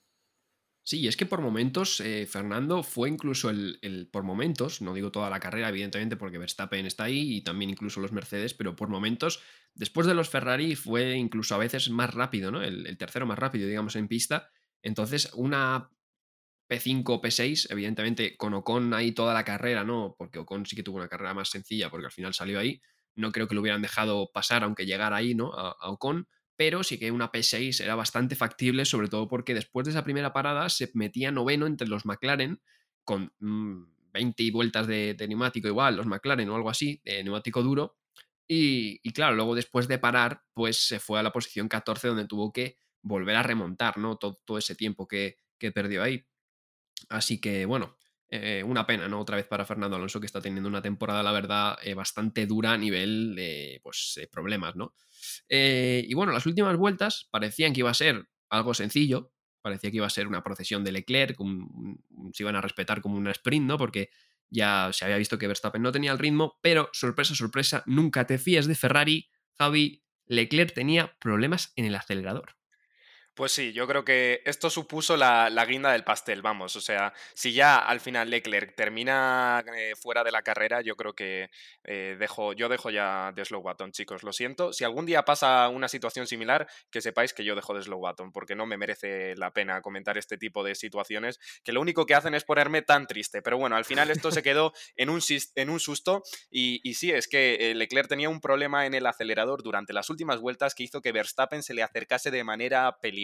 Sí, es que por momentos, eh, Fernando fue incluso el, el, por momentos, no digo toda la carrera, evidentemente, porque Verstappen está ahí y también incluso los Mercedes, pero por momentos, después de los Ferrari, fue incluso a veces más rápido, ¿no? El, el tercero más rápido, digamos, en pista. Entonces, una P cinco, P seis, evidentemente, con Ocon ahí toda la carrera, ¿no? Porque Ocon sí que tuvo una carrera más sencilla, porque al final salió ahí. No creo que lo hubieran dejado pasar, aunque llegara ahí, ¿no? A, a Ocon. Pero sí que una P seis era bastante factible, sobre todo porque después de esa primera parada se metía noveno entre los McLaren con mmm, veinte vueltas de, de neumático igual, los McLaren o algo así, de neumático duro. Y, y claro, luego después de parar, pues se fue a la posición catorce donde tuvo que volver a remontar, ¿no? Todo, todo ese tiempo que, que perdió ahí. Así que, bueno, eh, una pena, ¿no? Otra vez para Fernando Alonso, que está teniendo una temporada, la verdad, eh, bastante dura a nivel de pues, eh, problemas, ¿no? Eh, y bueno, las últimas vueltas parecían que iba a ser algo sencillo, parecía que iba a ser una procesión de Leclerc, un, un, se iban a respetar como una sprint, ¿no? Porque ya se había visto que Verstappen no tenía el ritmo, pero sorpresa, sorpresa, nunca te fías de Ferrari, Javi, Leclerc tenía problemas en el acelerador. Pues sí, yo creo que esto supuso la, la guinda del pastel, vamos. O sea, si ya al final Leclerc termina eh, fuera de la carrera, yo creo que eh, dejo, yo dejo ya de slow button, chicos. Lo siento. Si algún día pasa una situación similar, que sepáis que yo dejo de slow button, porque no me merece la pena comentar este tipo de situaciones, que lo único que hacen es ponerme tan triste. Pero bueno, al final esto se quedó en un, en un susto y, y sí, es que Leclerc tenía un problema en el acelerador durante las últimas vueltas que hizo que Verstappen se le acercase de manera peligrosa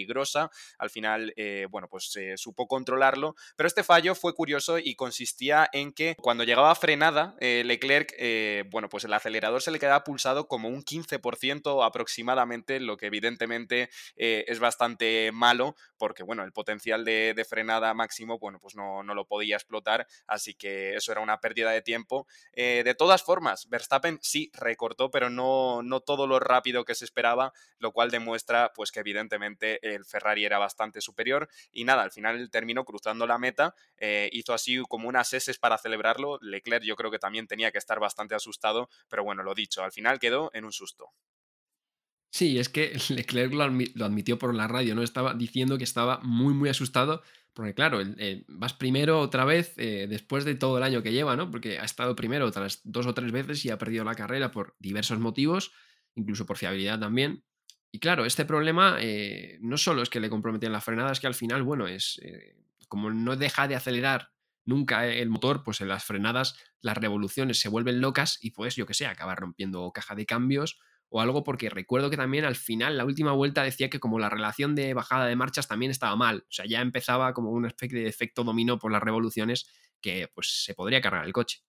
peligrosa. Al final, eh, bueno, pues eh, supo controlarlo, pero este fallo fue curioso y consistía en que cuando llegaba a frenada, eh, Leclerc, eh, bueno, pues el acelerador se le quedaba pulsado como un quince por ciento aproximadamente, lo que evidentemente eh, es bastante malo, porque bueno, el potencial de, de frenada máximo, bueno, pues no, no lo podía explotar, así que eso era una pérdida de tiempo. Eh, de todas formas, Verstappen sí recortó, pero no, no todo lo rápido que se esperaba, lo cual demuestra pues que evidentemente el Ferrari era bastante superior y nada, al final terminó cruzando la meta, eh, hizo así como unas eses para celebrarlo. Leclerc yo creo que también tenía que estar bastante asustado, pero bueno, lo dicho, al final quedó en un susto. Sí, es que Leclerc lo, admi- lo admitió por la radio, ¿no? Estaba diciendo que estaba muy, muy asustado, porque claro, el- el- vas primero otra vez eh, después de todo el año que lleva, ¿no? Porque ha estado primero otras dos o tres veces y ha perdido la carrera por diversos motivos, incluso por fiabilidad también. Y claro, este problema eh, no solo es que le comprometían la frenada, es que al final, bueno, es eh, como no deja de acelerar nunca el motor, pues en las frenadas las revoluciones se vuelven locas y pues, yo que sé, acaba rompiendo caja de cambios o algo, porque recuerdo que también al final, la última vuelta, decía que como la relación de bajada de marchas también estaba mal, o sea, ya empezaba como una especie de efecto dominó por las revoluciones que pues se podría cargar el coche.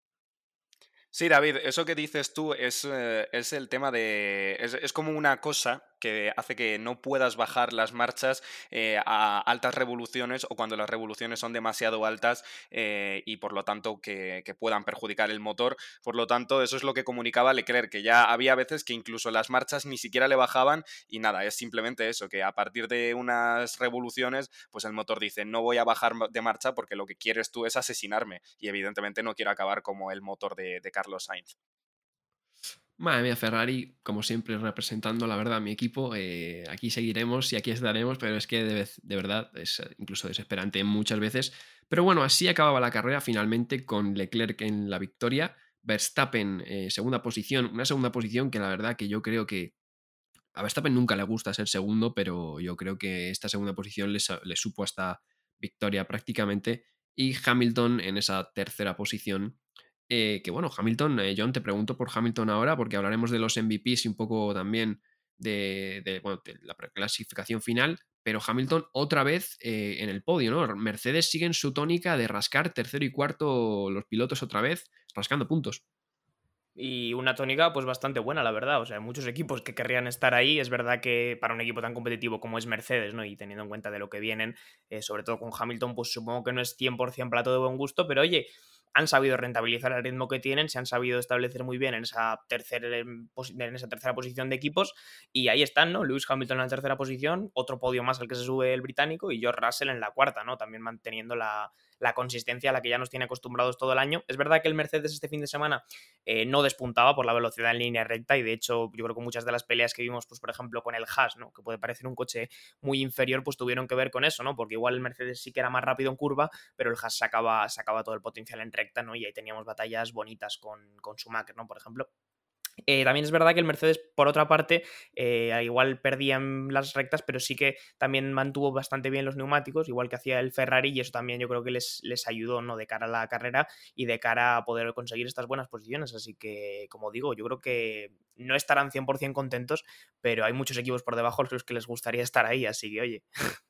Sí, David, eso que dices tú es, eh, es el tema de... Es, es como una cosa que hace que no puedas bajar las marchas eh, a altas revoluciones o cuando las revoluciones son demasiado altas eh, y por lo tanto que, que puedan perjudicar el motor. Por lo tanto, eso es lo que comunicaba Leclerc, que ya había veces que incluso las marchas ni siquiera le bajaban y nada, es simplemente eso, que a partir de unas revoluciones, pues el motor dice, no voy a bajar de marcha porque lo que quieres tú es asesinarme y evidentemente no quiero acabar como el motor de, de Carlos Sainz. Madre mía, Ferrari, como siempre, representando la verdad a mi equipo. Eh, aquí seguiremos y aquí estaremos, pero es que de, vez- de verdad es eh, incluso desesperante muchas veces. Pero bueno, así acababa la carrera finalmente con Leclerc en la victoria. Verstappen, eh, segunda posición, una segunda posición que la verdad que yo creo que a Verstappen nunca le gusta ser segundo, pero yo creo que esta segunda posición le, sa- le supo hasta victoria prácticamente. Y Hamilton en esa tercera posición. Eh, que bueno, Hamilton, eh, John, te pregunto por Hamilton ahora, porque hablaremos de los M V Ps y un poco también de, de, bueno, de la clasificación final. Pero Hamilton otra vez eh, en el podio, ¿no? Mercedes sigue en su tónica de rascar tercero y cuarto los pilotos otra vez, rascando puntos. Y una tónica pues bastante buena, la verdad. O sea, hay muchos equipos que querrían estar ahí. Es verdad que para un equipo tan competitivo como es Mercedes, ¿no? Y teniendo en cuenta de lo que vienen, eh, sobre todo con Hamilton, pues supongo que no es cien por ciento plato de buen gusto, pero oye, han sabido rentabilizar el ritmo que tienen, se han sabido establecer muy bien en esa tercera, en esa tercera posición de equipos y ahí están, ¿no? Lewis Hamilton en la tercera posición, otro podio más al que se sube el británico y George Russell en la cuarta, ¿no? También manteniendo la, la consistencia a la que ya nos tiene acostumbrados todo el año. Es verdad que el Mercedes este fin de semana eh, no despuntaba por la velocidad en línea recta y de hecho yo creo que muchas de las peleas que vimos, pues por ejemplo con el Haas, ¿no? Que puede parecer un coche muy inferior, pues tuvieron que ver con eso, ¿no? Porque igual el Mercedes sí que era más rápido en curva, pero el Haas sacaba, sacaba todo el potencial en recta, ¿no? Y ahí teníamos batallas bonitas con, con Schumacher, ¿no? Por ejemplo. Eh, también es verdad que el Mercedes, por otra parte, eh, igual perdía en las rectas, pero sí que también mantuvo bastante bien los neumáticos, igual que hacía el Ferrari, y eso también yo creo que les, les ayudó, ¿no? De cara a la carrera y de cara a poder conseguir estas buenas posiciones. Así que, como digo, yo creo que no estarán cien por ciento contentos, pero hay muchos equipos por debajo a los que les gustaría estar ahí, así que, oye.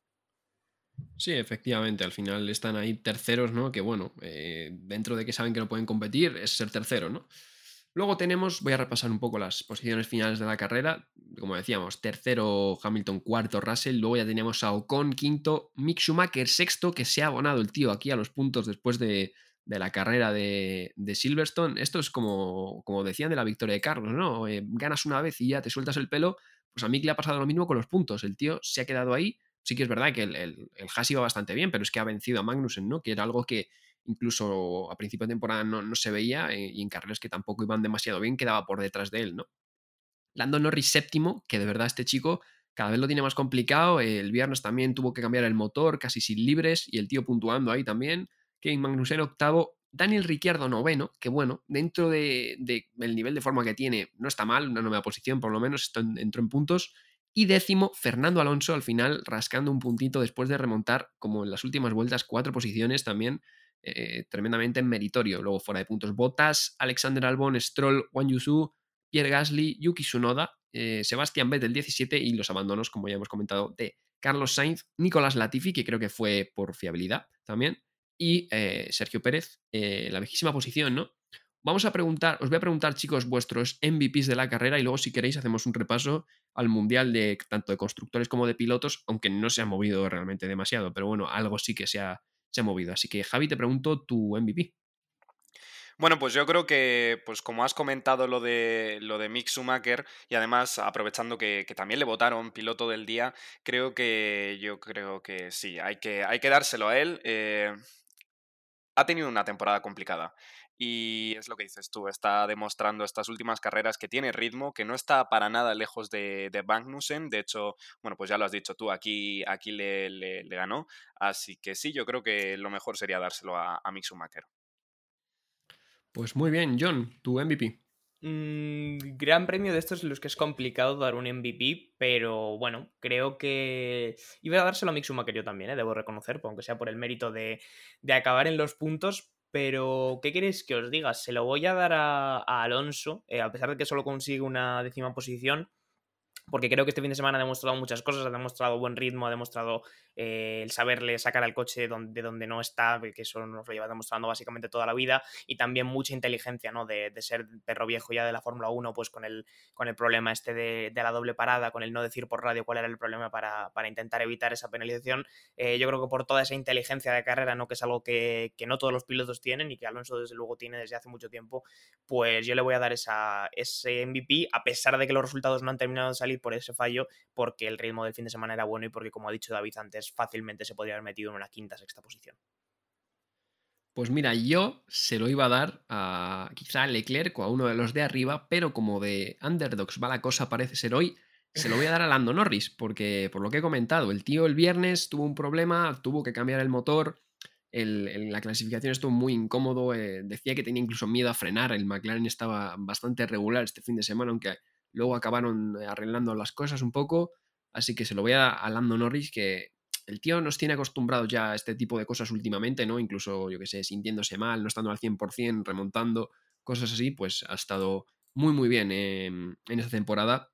Sí, efectivamente, al final están ahí terceros, ¿no? Que bueno, eh, dentro de que saben que no pueden competir, es ser tercero, ¿no? Luego tenemos, voy a repasar un poco las posiciones finales de la carrera. Como decíamos, tercero Hamilton, cuarto Russell. Luego ya teníamos a Ocon, quinto, Mick Schumacher, sexto, que se ha abonado el tío aquí a los puntos después de, de la carrera de, de Silverstone. Esto es como, como decían de la victoria de Carlos, ¿no? Eh, ganas una vez y ya te sueltas el pelo. Pues a Mick le ha pasado lo mismo con los puntos. El tío se ha quedado ahí. Sí que es verdad que el, el, el Haas iba bastante bien, pero es que ha vencido a Magnussen, ¿no? Que era algo que incluso a principio de temporada no, no se veía, eh, y en carreras que tampoco iban demasiado bien quedaba por detrás de él, ¿no? Lando Norris séptimo, que de verdad este chico cada vez lo tiene más complicado. El viernes también tuvo que cambiar el motor casi sin libres y el tío puntuando ahí también. Kevin Magnussen octavo, Daniel Ricciardo noveno, que bueno, dentro de, de, del nivel de forma que tiene no está mal, una nueva posición por lo menos, entró en puntos. Y décimo, Fernando Alonso al final rascando un puntito después de remontar, como en las últimas vueltas, cuatro posiciones también, eh, tremendamente meritorio. Luego fuera de puntos, Bottas, Alexander Albon, Stroll, Wang Yusu, Pierre Gasly, Yuki Tsunoda, eh, Sebastian Vettel diecisiete y los abandonos, como ya hemos comentado, de Carlos Sainz, Nicolás Latifi, que creo que fue por fiabilidad también, y eh, Sergio Pérez, eh, la viejísima posición, ¿no? Vamos a preguntar, os voy a preguntar, chicos, vuestros M V Ps de la carrera y luego, si queréis, hacemos un repaso al mundial de tanto de constructores como de pilotos, aunque no se ha movido realmente demasiado, pero bueno, algo sí que se ha, se ha movido. Así que, Javi, te pregunto tu M V P. Bueno, pues yo creo que, pues como has comentado lo de lo de Mick Schumacher, y además aprovechando que, que también le votaron piloto del día, creo que yo creo que sí, hay que, hay que dárselo a él. Eh, ha tenido una temporada complicada. Y es lo que dices tú, está demostrando estas últimas carreras que tiene ritmo, que no está para nada lejos de, de Magnussen. De hecho, bueno, pues ya lo has dicho tú, aquí, aquí le, le- le ganó. Así que sí, yo creo que lo mejor sería dárselo a, a Mick Schumacher. Pues muy bien, John, tu M V P. Mm, gran premio de estos en los que es complicado dar un M V P, pero bueno, creo que iba a dárselo a Mick Schumacher yo también, ¿eh? Debo reconocer, aunque sea por el mérito de, de acabar en los puntos. Pero, ¿qué queréis que os diga? Se lo voy a dar a, a Alonso, eh, a pesar de que solo consigue una décima posición, porque creo que este fin de semana ha demostrado muchas cosas, ha demostrado buen ritmo, ha demostrado eh, el saberle sacar al coche donde, de donde no está, que eso nos lo lleva demostrando básicamente toda la vida, y también mucha inteligencia, ¿no? De, de ser perro viejo ya de la Fórmula uno, pues con el, con el problema este de, de la doble parada, con el no decir por radio cuál era el problema para, para intentar evitar esa penalización. Eh, yo creo que por toda esa inteligencia de carrera, ¿no? Que es algo que, que no todos los pilotos tienen y que Alonso desde luego tiene desde hace mucho tiempo, pues yo le voy a dar esa, ese M V P, a pesar de que los resultados no han terminado de salir por ese fallo, porque el ritmo del fin de semana era bueno y porque, como ha dicho David antes, fácilmente se podría haber metido en una quinta, sexta posición. Pues mira, yo se lo iba a dar a quizá a Leclerc o a uno de los de arriba, pero como de underdogs va la cosa, parece ser hoy, se lo voy a dar a Lando Norris, porque por lo que he comentado, el tío el viernes tuvo un problema, tuvo que cambiar el motor, el, el- la clasificación estuvo muy incómodo, eh, decía que tenía incluso miedo a frenar, el McLaren estaba bastante regular este fin de semana, aunque luego acabaron arreglando las cosas un poco, así que se lo voy a dar a Lando Norris, que el tío nos tiene acostumbrados ya a este tipo de cosas últimamente, ¿no? Incluso, yo que sé, sintiéndose mal, no estando al cien por ciento, remontando, cosas así, pues ha estado muy, muy bien eh, en esta temporada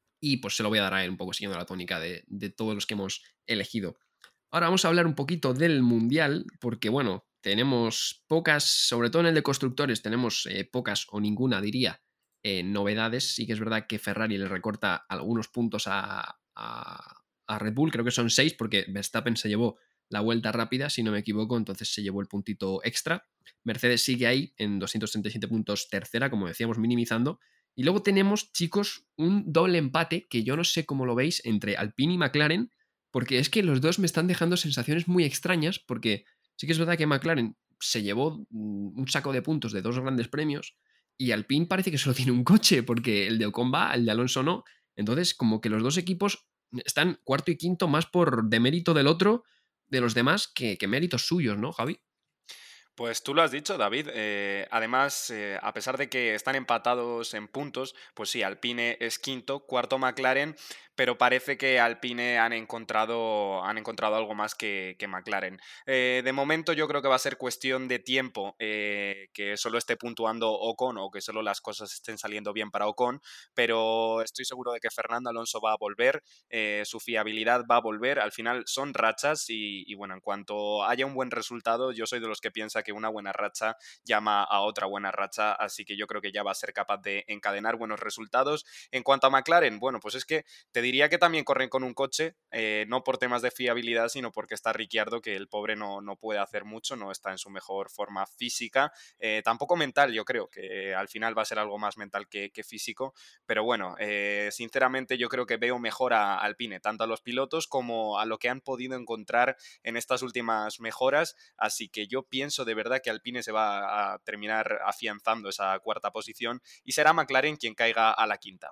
y pues se lo voy a dar a él un poco siguiendo la tónica de, de todos los que hemos elegido. Ahora vamos a hablar un poquito del Mundial, porque bueno, tenemos pocas, sobre todo en el de constructores, tenemos eh, pocas o ninguna, diría, eh, novedades. Sí que es verdad que Ferrari le recorta algunos puntos a, a, a Red Bull, creo que son seis, porque Verstappen se llevó la vuelta rápida, si no me equivoco, entonces se llevó el puntito extra. Mercedes sigue ahí en doscientos treinta y siete puntos tercera, como decíamos, minimizando. Y luego tenemos, chicos, un doble empate que yo no sé cómo lo veis entre Alpine y McLaren, porque es que los dos me están dejando sensaciones muy extrañas, porque sí que es verdad que McLaren se llevó mm, un saco de puntos de dos grandes premios y Alpine parece que solo tiene un coche, porque el de Ocon va, el de Alonso no. Entonces, como que los dos equipos están cuarto y quinto más por demérito del otro, de los demás, que, que méritos suyos, ¿no, Javi? Pues tú lo has dicho, David. Eh, además, eh, a pesar de que están empatados en puntos, pues sí, Alpine es quinto, cuarto McLaren, pero parece que Alpine han encontrado, han encontrado algo más que, que McLaren. Eh, de momento yo creo que va a ser cuestión de tiempo eh, que solo esté puntuando Ocon o que solo las cosas estén saliendo bien para Ocon, pero estoy seguro de que Fernando Alonso va a volver, eh, su fiabilidad va a volver. Al final son rachas y, y bueno, en cuanto haya un buen resultado, yo soy de los que piensa que una buena racha llama a otra buena racha, así que yo creo que ya va a ser capaz de encadenar buenos resultados. En cuanto a McLaren, bueno, pues es que te diría que también corren con un coche, eh, no por temas de fiabilidad, sino porque está Ricciardo, que el pobre no, no puede hacer mucho, no está en su mejor forma física, eh, tampoco mental, yo creo que al final va a ser algo más mental que, que físico, pero bueno, eh, sinceramente yo creo que veo mejor a Alpine, tanto a los pilotos como a lo que han podido encontrar en estas últimas mejoras, así que yo pienso de verdad que Alpine se va a terminar afianzando esa cuarta posición y será McLaren quien caiga a la quinta.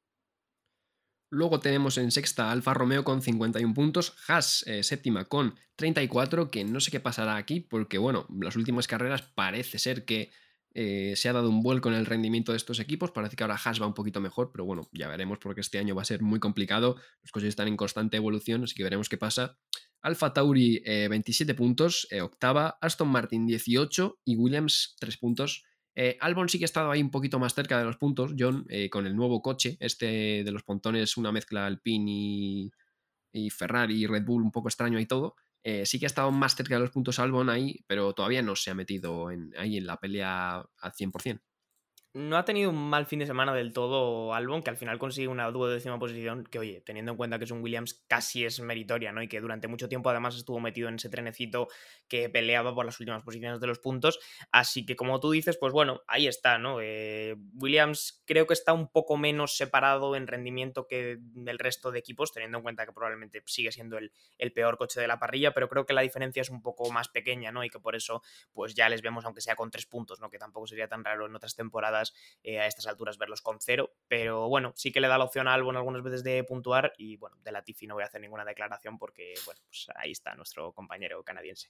Luego tenemos en sexta Alfa Romeo con cincuenta y uno puntos, Haas eh, séptima con treinta y cuatro, que no sé qué pasará aquí, porque bueno, las últimas carreras parece ser que eh, se ha dado un vuelco en el rendimiento de estos equipos, parece que ahora Haas va un poquito mejor, pero bueno, ya veremos porque este año va a ser muy complicado, los coches están en constante evolución, así que veremos qué pasa. Alfa Tauri eh, veintisiete puntos, eh, octava, Aston Martin dieciocho y Williams tres puntos. Eh, Albon sí que ha estado ahí un poquito más cerca de los puntos, John, eh, con el nuevo coche, este de los pontones, una mezcla Alpine y, y Ferrari y Red Bull un poco extraño y todo, eh, sí que ha estado más cerca de los puntos Albon ahí, pero todavía no se ha metido en, ahí en la pelea al cien por ciento. No ha tenido un mal fin de semana del todo Albon, que al final consigue una duodécima posición que, oye, teniendo en cuenta que es un Williams, casi es meritoria, ¿no? Y que durante mucho tiempo además estuvo metido en ese trenecito que peleaba por las últimas posiciones de los puntos. Así que, como tú dices, pues bueno, ahí está, ¿no? Eh, Williams creo que está un poco menos separado en rendimiento que el resto de equipos, teniendo en cuenta que probablemente sigue siendo el, el peor coche de la parrilla, pero creo que la diferencia es un poco más pequeña, ¿no? Y que por eso, pues ya les vemos, aunque sea con tres puntos, ¿no? Que tampoco sería tan raro en otras temporadas Eh, a estas alturas verlos con cero, pero bueno, sí que le da la opción a Albon algunas veces de puntuar y bueno, de Latifi no voy a hacer ninguna declaración porque bueno, pues ahí está nuestro compañero canadiense.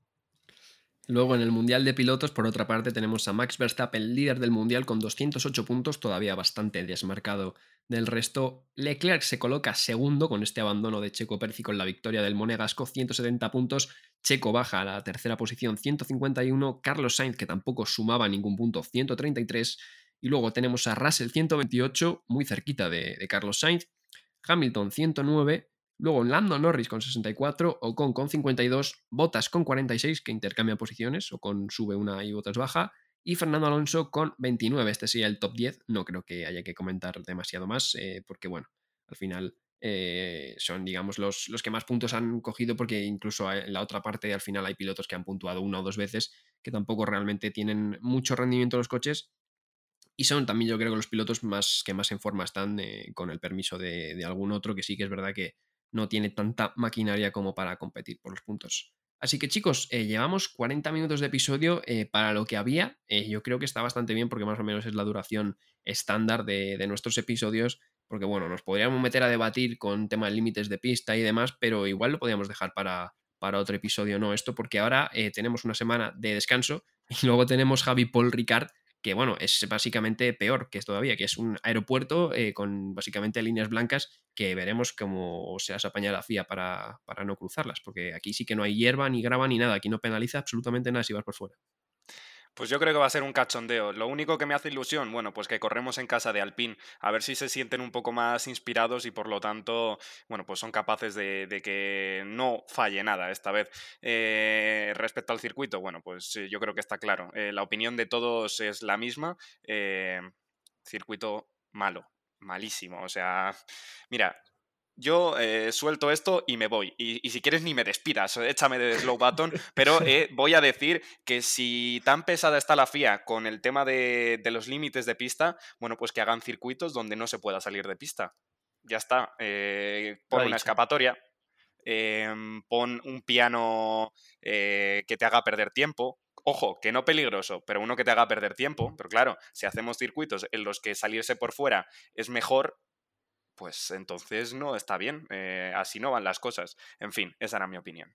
Luego en el Mundial de Pilotos, por otra parte, tenemos a Max Verstappen, líder del Mundial con doscientos ocho puntos, todavía bastante desmarcado del resto. Leclerc se coloca segundo con este abandono de Checo Pérez y con la victoria del Monegasco, ciento setenta puntos. Checo baja a la tercera posición, ciento cincuenta y uno. Carlos Sainz, que tampoco sumaba ningún punto, ciento treinta y tres. Y luego tenemos a Russell, ciento veintiocho, muy cerquita de, de Carlos Sainz. Hamilton, ciento nueve. Luego Lando Norris con sesenta y cuatro, Ocon con cincuenta y dos, Bottas con cuarenta y seis, que intercambia posiciones, Ocon sube una y Bottas baja, y Fernando Alonso con veintinueve. Este sería el top diez, no creo que haya que comentar demasiado más, eh, porque bueno, al final eh, son, digamos, los, los que más puntos han cogido, porque incluso en la otra parte al final hay pilotos que han puntuado una o dos veces, que tampoco realmente tienen mucho rendimiento los coches, y son también yo creo que los pilotos más, que más en forma están, eh, con el permiso de, de algún otro, que sí que es verdad que no tiene tanta maquinaria como para competir por los puntos. Así que chicos, eh, llevamos cuarenta minutos de episodio, eh, para lo que había. Eh, yo creo que está bastante bien porque más o menos es la duración estándar de, de nuestros episodios, porque bueno, nos podríamos meter a debatir con temas límites de pista y demás, pero igual lo podríamos dejar para, para otro episodio, ¿no? Esto porque ahora eh, tenemos una semana de descanso y luego tenemos Javi Paul Ricard, que bueno, es básicamente peor que es todavía, que es un aeropuerto eh, con básicamente líneas blancas que veremos cómo se las apaña la F I A para, para no cruzarlas, porque aquí sí que no hay hierba, ni grava, ni nada, aquí no penaliza absolutamente nada si vas por fuera. Pues yo creo que va a ser un cachondeo. Lo único que me hace ilusión, bueno, pues que corremos en casa de Alpine, a ver si se sienten un poco más inspirados y por lo tanto, bueno, pues son capaces de, de que no falle nada esta vez. Eh, respecto al circuito, bueno, pues yo creo que está claro. Eh, la opinión de todos es la misma. Eh, circuito malo, malísimo. O sea, mira, yo eh, suelto esto y me voy. Y, y si quieres ni me despidas, échame de slow button. Pero eh, voy a decir que si tan pesada está la F I A con el tema de, de los límites de pista, bueno, pues que hagan circuitos donde no se pueda salir de pista. Ya está. Eh, pon una escapatoria. Eh, pon un piano eh, que te haga perder tiempo. Ojo, que no peligroso, pero uno que te haga perder tiempo. Pero claro, si hacemos circuitos en los que salirse por fuera es mejor, pues entonces no está bien, eh, así no van las cosas. En fin, esa era mi opinión.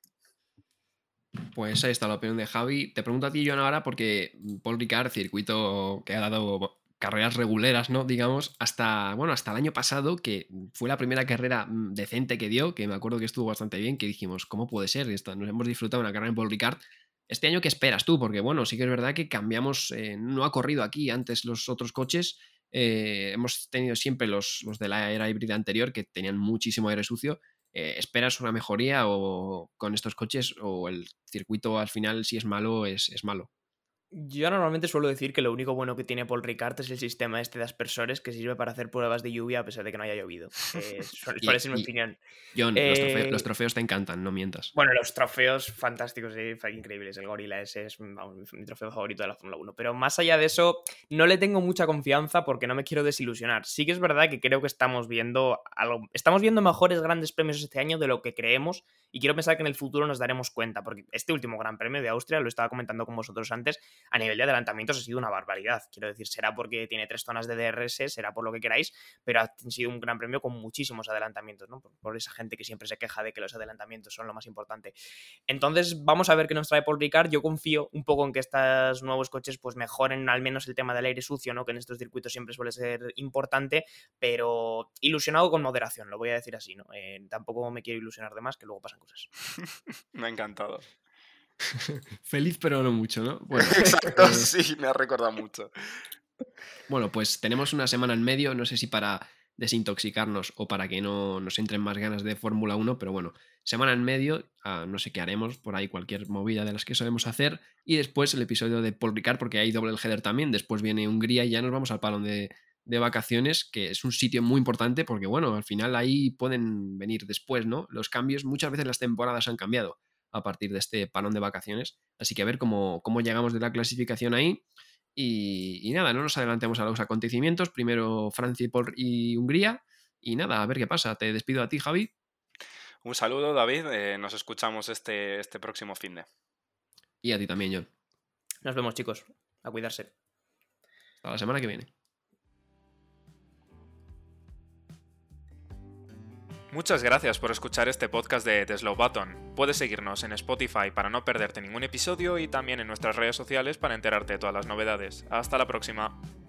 Pues ahí está la opinión de Javi. Te pregunto a ti, Joan, ahora, porque Paul Ricard, circuito que ha dado carreras reguleras, ¿no? Digamos, hasta, bueno, hasta el año pasado, que fue la primera carrera decente que dio, que me acuerdo que estuvo bastante bien, que dijimos, ¿cómo puede ser esto? Nos hemos disfrutado una carrera en Paul Ricard. Este año, ¿qué esperas tú? Porque, bueno, sí que es verdad que cambiamos, eh, no ha corrido aquí antes los otros coches. Eh, hemos tenido siempre los, los de la era híbrida anterior que tenían muchísimo aire sucio. Eh, ¿Esperas una mejoría o con estos coches, o el circuito al final, si es malo, es, es malo? Yo normalmente suelo decir que lo único bueno que tiene Paul Ricard es el sistema este de aspersores que sirve para hacer pruebas de lluvia a pesar de que no haya llovido. Eh, suele y, ser mi y, opinión. John, eh, los, trofeos, los trofeos te encantan, no mientas. Bueno, los trofeos fantásticos, eh, increíbles. El Gorila ese es vamos, mi trofeo favorito de la Fórmula uno. Pero más allá de eso, no le tengo mucha confianza porque no me quiero desilusionar. Sí que es verdad que creo que estamos viendo algo, estamos viendo mejores grandes premios este año de lo que creemos, y quiero pensar que en el futuro nos daremos cuenta, porque este último Gran Premio de Austria, lo estaba comentando con vosotros antes, a nivel de adelantamientos ha sido una barbaridad. Quiero decir, será porque tiene tres zonas de D R S, será por lo que queráis, pero ha sido un Gran Premio con muchísimos adelantamientos, ¿no? Por, por esa gente que siempre se queja de que los adelantamientos son lo más importante. Entonces, vamos a ver qué nos trae Paul Ricard. Yo confío un poco en que estos nuevos coches pues mejoren al menos el tema del aire sucio, ¿no? Que en estos circuitos siempre suele ser importante, pero ilusionado con moderación, lo voy a decir así, ¿no? Eh, tampoco me quiero ilusionar de más, que luego pasan cosas. Me ha encantado. Feliz pero no mucho, ¿no? Bueno, exacto, eh, sí, me ha recordado mucho. Bueno, pues tenemos una semana en medio, no sé si para desintoxicarnos o para que no nos entren más ganas de Fórmula uno, pero bueno, semana en medio, ah, no sé qué haremos, por ahí cualquier movida de las que solemos hacer, y después el episodio de Paul Ricard, porque hay doble el header también, después viene Hungría y ya nos vamos al parón de, de vacaciones, que es un sitio muy importante porque bueno, al final ahí pueden venir después, ¿no? Los cambios, muchas veces las temporadas han cambiado a partir de este parón de vacaciones, así que a ver cómo, cómo llegamos de la clasificación ahí. Y, y nada, no nos adelantemos a los acontecimientos. Primero Francia y, Pol- y Hungría. Y nada, a ver qué pasa. Te despido a ti, Javi. Un saludo, David. eh, nos escuchamos este, este próximo fin de. Y a ti también, John. Nos vemos, chicos. A cuidarse. Hasta la semana que viene. Muchas gracias por escuchar este podcast de The Slow Button. Puedes seguirnos en Spotify para no perderte ningún episodio y también en nuestras redes sociales para enterarte de todas las novedades. Hasta la próxima.